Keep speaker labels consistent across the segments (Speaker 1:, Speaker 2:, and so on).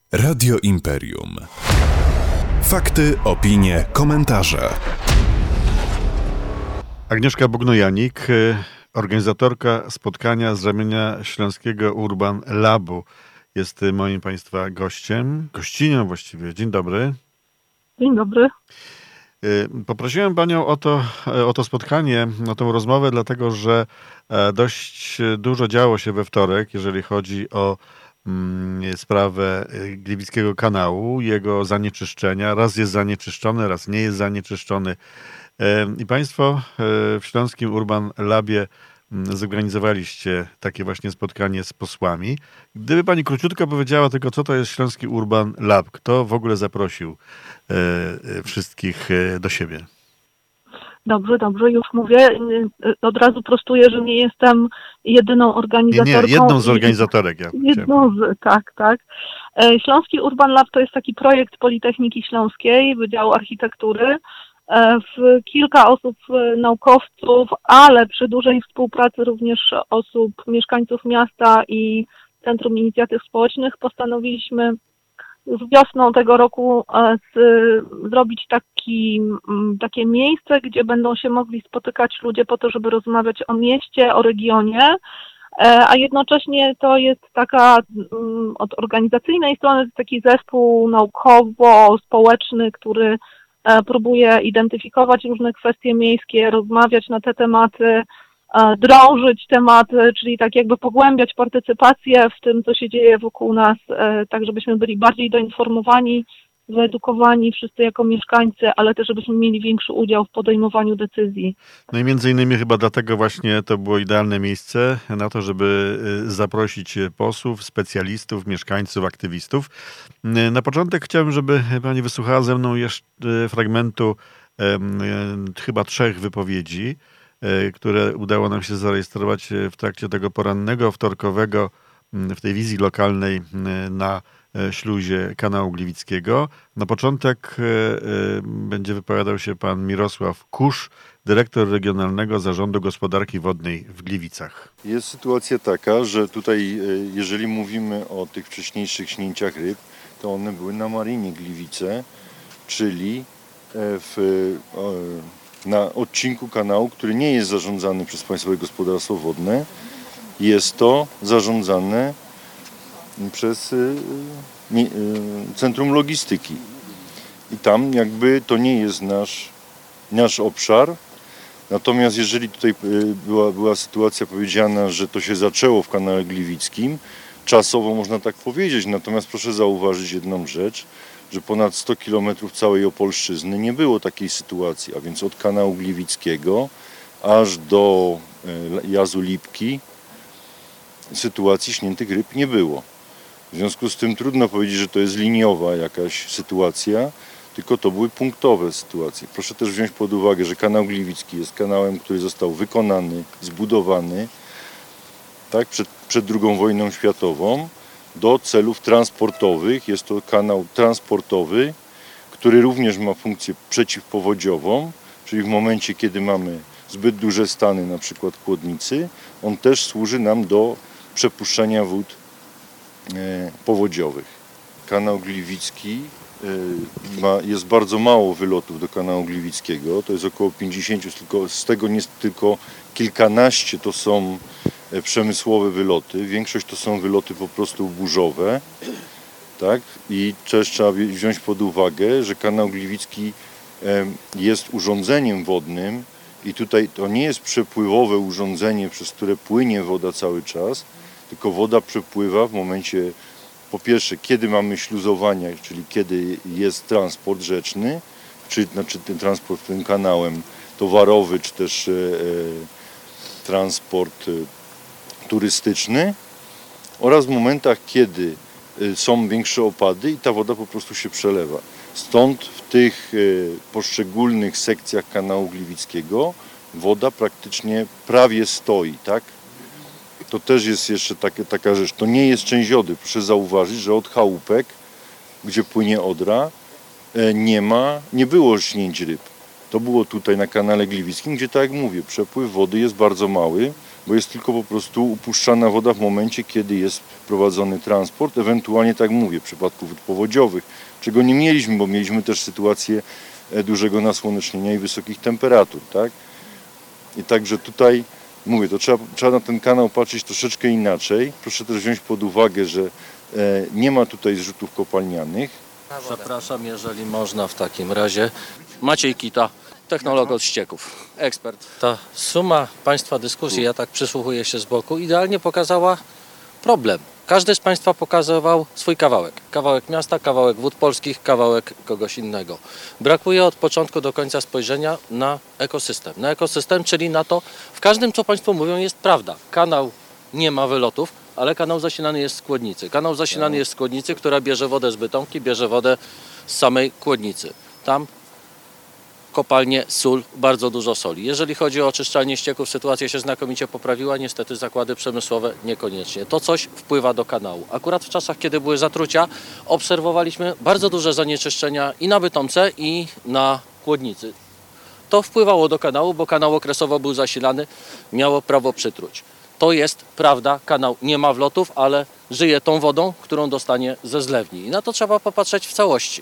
Speaker 1: Radio Imperium. Fakty, opinie, komentarze.
Speaker 2: Agnieszka Bugno-Janik, organizatorka spotkania z ramienia Śląskiego Urban Labu, jest moim Państwa gościnią właściwie. Dzień dobry.
Speaker 3: Dzień dobry.
Speaker 2: Poprosiłem Panią o to spotkanie, o tę rozmowę, dlatego że dość dużo działo się we wtorek, jeżeli chodzi o sprawę Gliwickiego Kanału, jego zanieczyszczenia. Raz jest zanieczyszczony, raz nie jest zanieczyszczony. I Państwo w Śląskim Urban Labie zorganizowaliście takie właśnie spotkanie z posłami. Gdyby Pani króciutko powiedziała tylko, co to jest Śląski Urban Lab, kto w ogóle zaprosił wszystkich do siebie?
Speaker 3: Dobrze, już mówię. Od razu prostuję, że nie jestem jedyną organizatorką.
Speaker 2: Nie, jedną z organizatorek.
Speaker 3: Tak. Śląski Urban Lab to jest taki projekt Politechniki Śląskiej, Wydziału Architektury. Kilka osób, naukowców, ale przy dużej współpracy również osób, mieszkańców miasta i Centrum Inicjatyw Społecznych postanowiliśmy już wiosną tego roku zrobić takie miejsce, gdzie będą się mogli spotykać ludzie po to, żeby rozmawiać o mieście, o regionie, a jednocześnie to jest taka od organizacyjnej strony taki zespół naukowo-społeczny, który próbuje identyfikować różne kwestie miejskie, rozmawiać na te tematy, drążyć tematy, czyli tak jakby pogłębiać partycypację w tym, co się dzieje wokół nas, tak żebyśmy byli bardziej doinformowani, wyedukowani wszyscy jako mieszkańcy, ale też żebyśmy mieli większy udział w podejmowaniu decyzji.
Speaker 2: No i między innymi chyba dlatego właśnie to było idealne miejsce na to, żeby zaprosić posłów, specjalistów, mieszkańców, aktywistów. Na początek chciałbym, żeby Pani wysłuchała ze mną jeszcze fragmentu chyba 3 wypowiedzi, które udało nam się zarejestrować w trakcie tego porannego, wtorkowego, w tej wizji lokalnej na śluzie Kanału Gliwickiego. Na początek będzie wypowiadał się pan Mirosław Kusz, dyrektor Regionalnego Zarządu Gospodarki Wodnej w Gliwicach.
Speaker 4: Jest sytuacja taka, że tutaj, jeżeli mówimy o tych wcześniejszych śnięciach ryb, to one były na Marinie Gliwice, czyli na odcinku kanału, który nie jest zarządzany przez Państwowe Gospodarstwo Wodne. Jest to zarządzane przez Centrum Logistyki. I tam jakby to nie jest nasz obszar. Natomiast jeżeli tutaj była sytuacja powiedziana, że to się zaczęło w kanale Gliwickim, czasowo można tak powiedzieć. Natomiast proszę zauważyć jedną rzecz, że ponad 100 km całej Opolszczyzny nie było takiej sytuacji, a więc od kanału Gliwickiego aż do Jazu Lipki sytuacji śniętych ryb nie było. W związku z tym trudno powiedzieć, że to jest liniowa jakaś sytuacja, tylko to były punktowe sytuacje. Proszę też wziąć pod uwagę, że kanał Gliwicki jest kanałem, który został wykonany, zbudowany tak, przed II wojną światową do celów transportowych. Jest to kanał transportowy, który również ma funkcję przeciwpowodziową, czyli w momencie, kiedy mamy zbyt duże stany, na przykład chłodnicy, on też służy nam do przepuszczania wód powodziowych. Kanał Gliwicki jest bardzo mało wylotów do kanału Gliwickiego, to jest około 50, z tego tylko kilkanaście to są przemysłowe wyloty, większość to są wyloty po prostu burzowe, tak? I też trzeba wziąć pod uwagę, że kanał Gliwicki jest urządzeniem wodnym i tutaj to nie jest przepływowe urządzenie, przez które płynie woda cały czas, tylko woda przepływa w momencie, po pierwsze, kiedy mamy śluzowania, czyli kiedy jest transport rzeczny, znaczy ten transport tym kanałem towarowy, czy też transport turystyczny, oraz w momentach, kiedy są większe opady i ta woda po prostu się przelewa. Stąd w tych poszczególnych sekcjach kanału Gliwickiego woda praktycznie prawie stoi, tak? To też jest jeszcze taka rzecz. To nie jest część Odry. Proszę zauważyć, że od chałupek, gdzie płynie Odra, nie było śnięć ryb. To było tutaj na kanale Gliwickim, gdzie tak jak mówię, przepływ wody jest bardzo mały. bo jest tylko po prostu upuszczana woda w momencie, kiedy jest prowadzony transport, ewentualnie, tak mówię, w przypadku wód powodziowych, czego nie mieliśmy, bo mieliśmy też sytuację dużego nasłonecznienia i wysokich temperatur, tak? I także tutaj, mówię, to trzeba na ten kanał patrzeć troszeczkę inaczej. Proszę też wziąć pod uwagę, że nie ma tutaj zrzutów kopalnianych.
Speaker 5: Przepraszam, jeżeli można w takim razie. Maciej Kita, technolog od ścieków, ekspert. Ta suma Państwa dyskusji, ja tak przysłuchuję się z boku, idealnie pokazała problem. Każdy z Państwa pokazywał swój kawałek. Kawałek miasta, kawałek wód polskich, kawałek kogoś innego. Brakuje od początku do końca spojrzenia na ekosystem. Na ekosystem, czyli na to, w każdym co Państwo mówią jest prawda. Kanał nie ma wylotów, ale kanał zasilany jest z Kłodnicy. Kanał zasilany jest z Kłodnicy, która bierze wodę z Bytomki, bierze wodę z samej Kłodnicy. Tam kopalnie, sól, bardzo dużo soli. Jeżeli chodzi o oczyszczalnie ścieków, sytuacja się znakomicie poprawiła, niestety zakłady przemysłowe niekoniecznie. To coś wpływa do kanału. Akurat w czasach, kiedy były zatrucia, obserwowaliśmy bardzo duże zanieczyszczenia i na Bytomce, i na Kłodnicy. To wpływało do kanału, bo kanał okresowo był zasilany, miało prawo przytruć. To jest prawda, kanał nie ma wlotów, ale żyje tą wodą, którą dostanie ze zlewni. I na to trzeba popatrzeć w całości.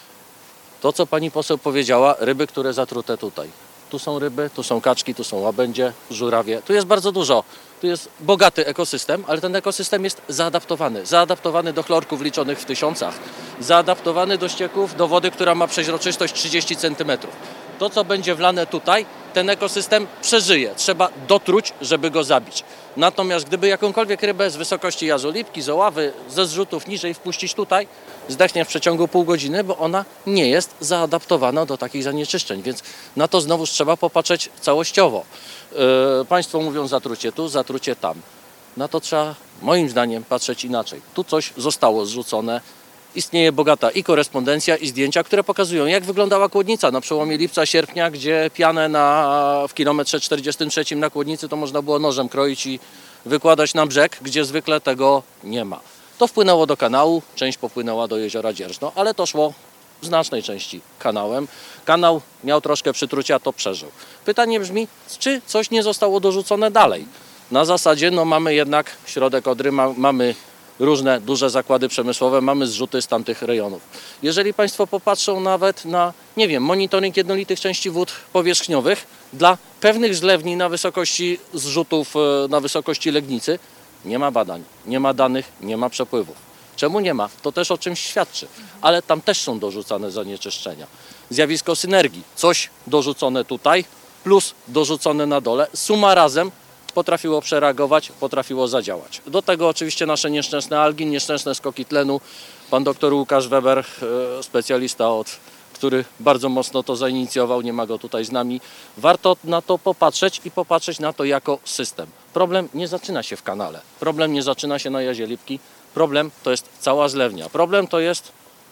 Speaker 5: To, co pani poseł powiedziała, ryby, które zatrute tutaj. Tu są ryby, tu są kaczki, tu są łabędzie, żurawie. Tu jest bardzo dużo. Tu jest bogaty ekosystem, ale ten ekosystem jest zaadaptowany. Zaadaptowany do chlorków liczonych w tysiącach. Zaadaptowany do ścieków, do wody, która ma przeźroczystość 30 cm. To, co będzie wlane tutaj, ten ekosystem przeżyje. Trzeba dotruć, żeby go zabić. Natomiast gdyby jakąkolwiek rybę z wysokości jazolipki, z Oławy, ze zrzutów niżej wpuścić tutaj, zdechnie w przeciągu pół godziny, bo ona nie jest zaadaptowana do takich zanieczyszczeń. Więc na to znowuż trzeba popatrzeć całościowo. Państwo mówią zatrucie tu, zatrucie tam. Na to trzeba, moim zdaniem, patrzeć inaczej. Tu coś zostało zrzucone. Istnieje bogata i korespondencja, i zdjęcia, które pokazują, jak wyglądała Kłodnica na przełomie lipca, sierpnia, gdzie pianę w kilometrze 43 na Kłodnicy to można było nożem kroić i wykładać na brzeg, gdzie zwykle tego nie ma. To wpłynęło do kanału, część popłynęła do jeziora Dzierżno, ale to szło w znacznej części kanałem. Kanał miał troszkę przytrucia, to przeżył. Pytanie brzmi, czy coś nie zostało dorzucone dalej? Na zasadzie, no mamy jednak środek Odry, mamy różne duże zakłady przemysłowe, mamy zrzuty z tamtych rejonów. Jeżeli Państwo popatrzą nawet na, nie wiem, monitoring jednolitych części wód powierzchniowych dla pewnych zlewni na wysokości zrzutów, na wysokości Legnicy, nie ma badań, nie ma danych, nie ma przepływów. Czemu nie ma? To też o czymś świadczy, ale tam też są dorzucane zanieczyszczenia. Zjawisko synergii, coś dorzucone tutaj, plus dorzucone na dole, suma razem potrafiło przereagować, potrafiło zadziałać. Do tego oczywiście nasze nieszczęsne algi, nieszczęsne skoki tlenu. Pan doktor Łukasz Weber, specjalista który bardzo mocno to zainicjował, nie ma go tutaj z nami. Warto na to popatrzeć i popatrzeć na to jako system. Problem nie zaczyna się w kanale, problem nie zaczyna się na Jazie Lipki, problem to jest cała zlewnia. Problem to jest,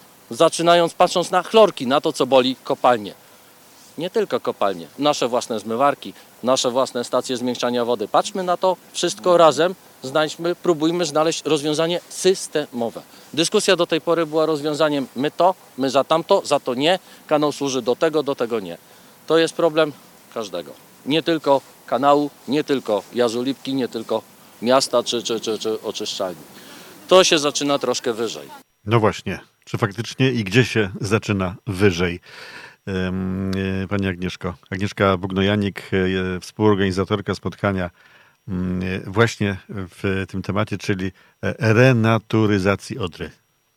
Speaker 5: patrząc na chlorki, na to, co boli kopalnie. Nie tylko kopalnie, nasze własne zmywarki, nasze własne stacje zmiękczania wody. Patrzmy na to wszystko razem, próbujmy znaleźć rozwiązanie systemowe. Dyskusja do tej pory była rozwiązaniem my za tamto, za to nie, kanał służy do tego nie. To jest problem każdego. Nie tylko kanału, nie tylko Jazu Lipki, nie tylko miasta czy oczyszczalni. To się zaczyna troszkę wyżej.
Speaker 2: No właśnie, czy faktycznie i gdzie się zaczyna wyżej? Pani Agnieszko. Agnieszka Bugnojanik, współorganizatorka spotkania właśnie w tym temacie, czyli renaturyzacji Odry.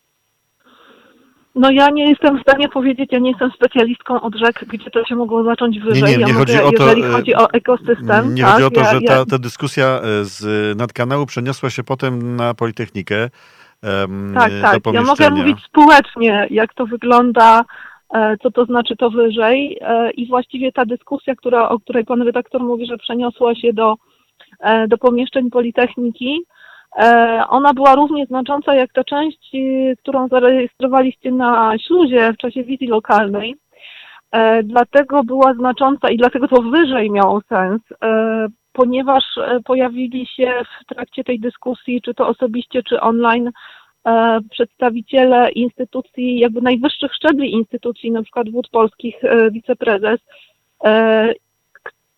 Speaker 3: No ja nie jestem w stanie powiedzieć, ja nie jestem specjalistką od rzek, gdzie to się mogło zacząć wyżej.
Speaker 2: Nie chodzi o to,
Speaker 3: jeżeli chodzi o ekosystem.
Speaker 2: Nie chodzi o to, że ta dyskusja z nadkanału przeniosła się potem na Politechnikę.
Speaker 3: Tak. Ja mogę mówić społecznie, jak to wygląda, co to znaczy to wyżej i właściwie ta dyskusja, o której pan redaktor mówi, że przeniosła się do pomieszczeń Politechniki, ona była równie znacząca jak ta część, którą zarejestrowaliście na Śluzie w czasie wizji lokalnej. Dlatego była znacząca i dlatego to wyżej miało sens, ponieważ pojawili się w trakcie tej dyskusji, czy to osobiście, czy online, przedstawiciele instytucji, jakby najwyższych szczebli instytucji, na przykład Wód Polskich, wiceprezes,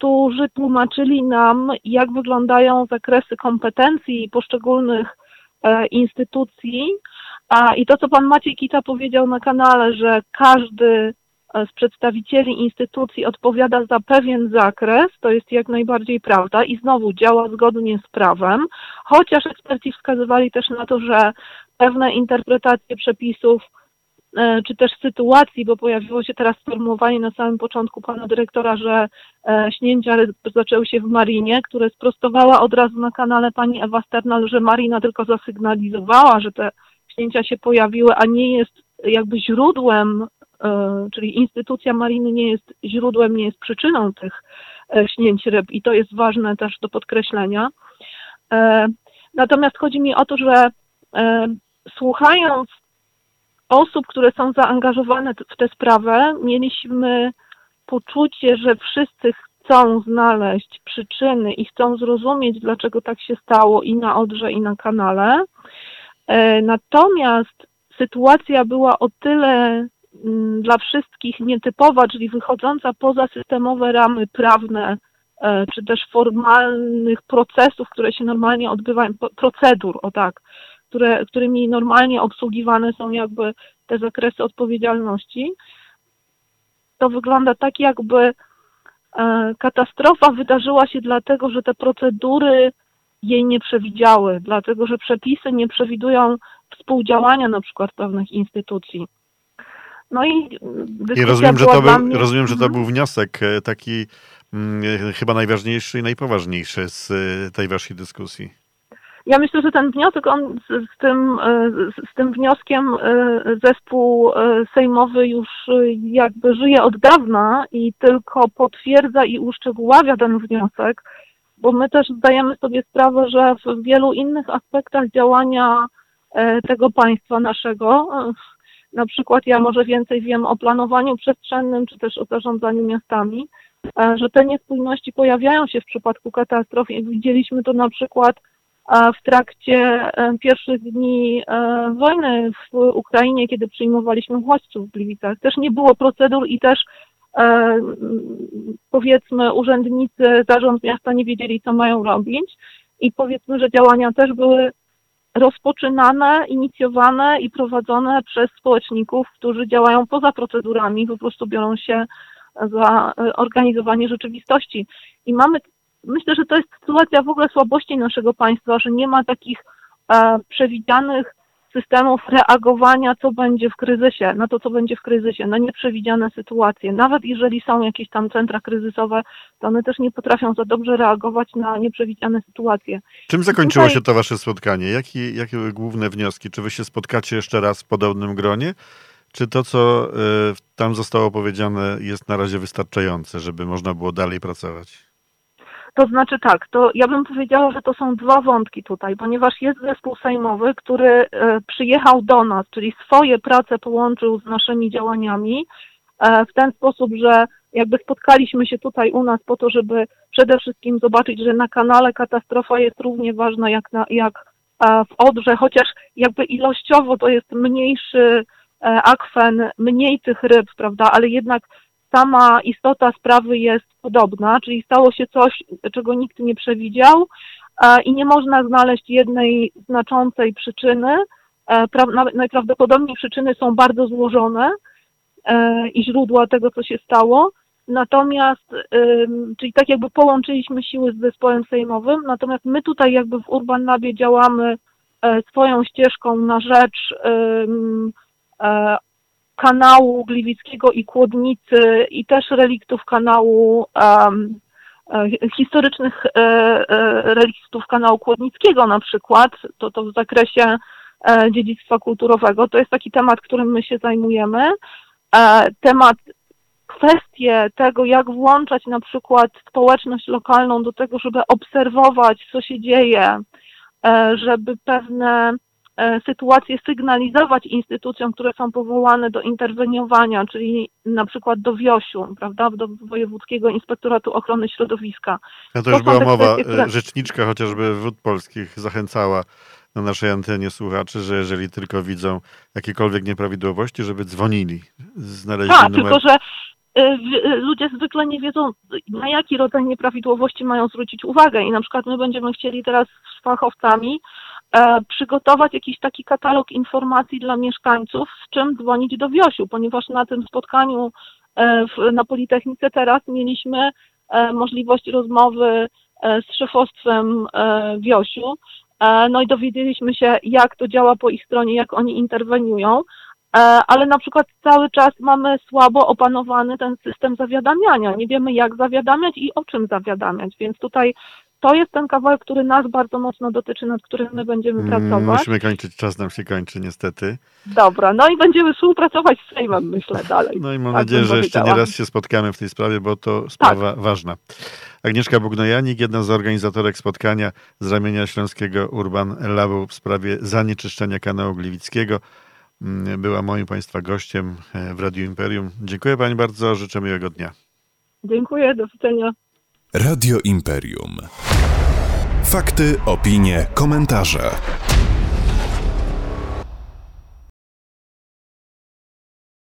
Speaker 3: którzy tłumaczyli nam, jak wyglądają zakresy kompetencji poszczególnych instytucji. I to, co pan Maciej Kita powiedział na kanale, że każdy z przedstawicieli instytucji odpowiada za pewien zakres, to jest jak najbardziej prawda i znowu działa zgodnie z prawem, chociaż eksperci wskazywali też na to, że pewne interpretacje przepisów czy też sytuacji, bo pojawiło się teraz sformułowanie na samym początku pana dyrektora, że śnięcia zaczęły się w marinie, które sprostowała od razu na kanale pani Ewa Sternal, że marina tylko zasygnalizowała, że te śnięcia się pojawiły, a nie jest jakby źródłem, czyli instytucja mariny nie jest źródłem, nie jest przyczyną tych śnięć ryb i to jest ważne też do podkreślenia. Natomiast chodzi mi o to, że słuchając osób, które są zaangażowane w tę sprawę, mieliśmy poczucie, że wszyscy chcą znaleźć przyczyny i chcą zrozumieć, dlaczego tak się stało i na Odrze, i na kanale. Natomiast sytuacja była o tyle dla wszystkich nietypowa, czyli wychodząca poza systemowe ramy prawne, czy też formalnych procesów, które się normalnie odbywają, procedur, o tak, którymi normalnie obsługiwane są jakby te zakresy odpowiedzialności. To wygląda tak, jakby katastrofa wydarzyła się dlatego, że te procedury jej nie przewidziały, dlatego że przepisy nie przewidują współdziałania na przykład pewnych instytucji. No i dyskusja
Speaker 2: rozumiem, że to był wniosek taki chyba najważniejszy i najpoważniejszy z tej waszej dyskusji.
Speaker 3: Ja myślę, że ten wniosek, z tym wnioskiem zespół sejmowy już jakby żyje od dawna i tylko potwierdza i uszczegóławia ten wniosek, bo my też zdajemy sobie sprawę, że w wielu innych aspektach działania tego państwa naszego, na przykład ja może więcej wiem o planowaniu przestrzennym, czy też o zarządzaniu miastami, że te niespójności pojawiają się w przypadku katastrof i widzieliśmy to na przykład w trakcie pierwszych dni wojny w Ukrainie, kiedy przyjmowaliśmy uchodźców w Gliwicach. Też nie było procedur i też powiedzmy urzędnicy, zarząd miasta nie wiedzieli, co mają robić i powiedzmy, że działania też były rozpoczynane, inicjowane i prowadzone przez społeczników, którzy działają poza procedurami, po prostu biorą się za organizowanie rzeczywistości. I myślę, że to jest sytuacja w ogóle słabości naszego państwa, że nie ma takich przewidzianych systemów reagowania, co będzie w kryzysie, na to, co będzie w kryzysie, na nieprzewidziane sytuacje. Nawet jeżeli są jakieś tam centra kryzysowe, to one też nie potrafią za dobrze reagować na nieprzewidziane sytuacje.
Speaker 2: Czym zakończyło się to wasze spotkanie? Jakie były główne wnioski? Czy wy się spotkacie jeszcze raz w podobnym gronie? Czy to, co tam zostało powiedziane, jest na razie wystarczające, żeby można było dalej pracować?
Speaker 3: To znaczy tak, to ja bym powiedziała, że to są dwa wątki tutaj, ponieważ jest zespół sejmowy, który przyjechał do nas, czyli swoje prace połączył z naszymi działaniami w ten sposób, że jakby spotkaliśmy się tutaj u nas po to, żeby przede wszystkim zobaczyć, że na kanale katastrofa jest równie ważna jak w Odrze, chociaż jakby ilościowo to jest mniejszy akwen, mniej tych ryb, prawda, ale jednak sama istota sprawy jest podobna, czyli stało się coś, czego nikt nie przewidział i nie można znaleźć jednej znaczącej przyczyny. Najprawdopodobniej przyczyny są bardzo złożone i źródła tego, co się stało. Natomiast, czyli tak jakby połączyliśmy siły z zespołem sejmowym, natomiast my tutaj jakby w Urban Labie działamy swoją ścieżką na rzecz kanału Gliwickiego i Kłodnicy i też reliktów kanału, historycznych reliktów kanału Kłodnickiego na przykład, to w zakresie dziedzictwa kulturowego. To jest taki temat, którym my się zajmujemy. Kwestie tego, jak włączać na przykład społeczność lokalną do tego, żeby obserwować, co się dzieje, żeby pewne sytuacje sygnalizować instytucjom, które są powołane do interweniowania, czyli na przykład do WIOŚ-u, prawda, do Wojewódzkiego Inspektoratu Ochrony Środowiska.
Speaker 2: To już była mowa, rzeczniczka chociażby Wód Polskich zachęcała na naszej antenie słuchaczy, że jeżeli tylko widzą jakiekolwiek nieprawidłowości, żeby dzwonili. Znaleźli numer.
Speaker 3: Tylko że ludzie zwykle nie wiedzą, na jaki rodzaj nieprawidłowości mają zwrócić uwagę i na przykład my będziemy chcieli teraz z fachowcami przygotować jakiś taki katalog informacji dla mieszkańców, z czym dzwonić do WIOŚ-u, ponieważ na tym spotkaniu na Politechnice teraz mieliśmy możliwość rozmowy z szefostwem WIOŚ-u, no i dowiedzieliśmy się, jak to działa po ich stronie, jak oni interweniują, ale na przykład cały czas mamy słabo opanowany ten system zawiadamiania. Nie wiemy, jak zawiadamiać i o czym zawiadamiać, więc tutaj to jest ten kawałek, który nas bardzo mocno dotyczy, nad którym my będziemy pracować.
Speaker 2: Musimy kończyć, czas nam się kończy niestety.
Speaker 3: Dobra, no i będziemy współpracować z Sejmem, myślę, dalej.
Speaker 2: No i mam
Speaker 3: Tak
Speaker 2: nadzieję,
Speaker 3: bym
Speaker 2: że jeszcze nie
Speaker 3: powiedziała.
Speaker 2: raz się spotkamy w tej sprawie, bo to sprawa ważna. Agnieszka Bugnojanik, jedna z organizatorek spotkania z ramienia Śląskiego Urban Labu w sprawie zanieczyszczenia kanału Gliwickiego, była moim Państwa gościem w Radiu Imperium. Dziękuję Pani bardzo, życzę miłego dnia.
Speaker 3: Dziękuję, do widzenia.
Speaker 1: Radio Imperium. Fakty, opinie, komentarze.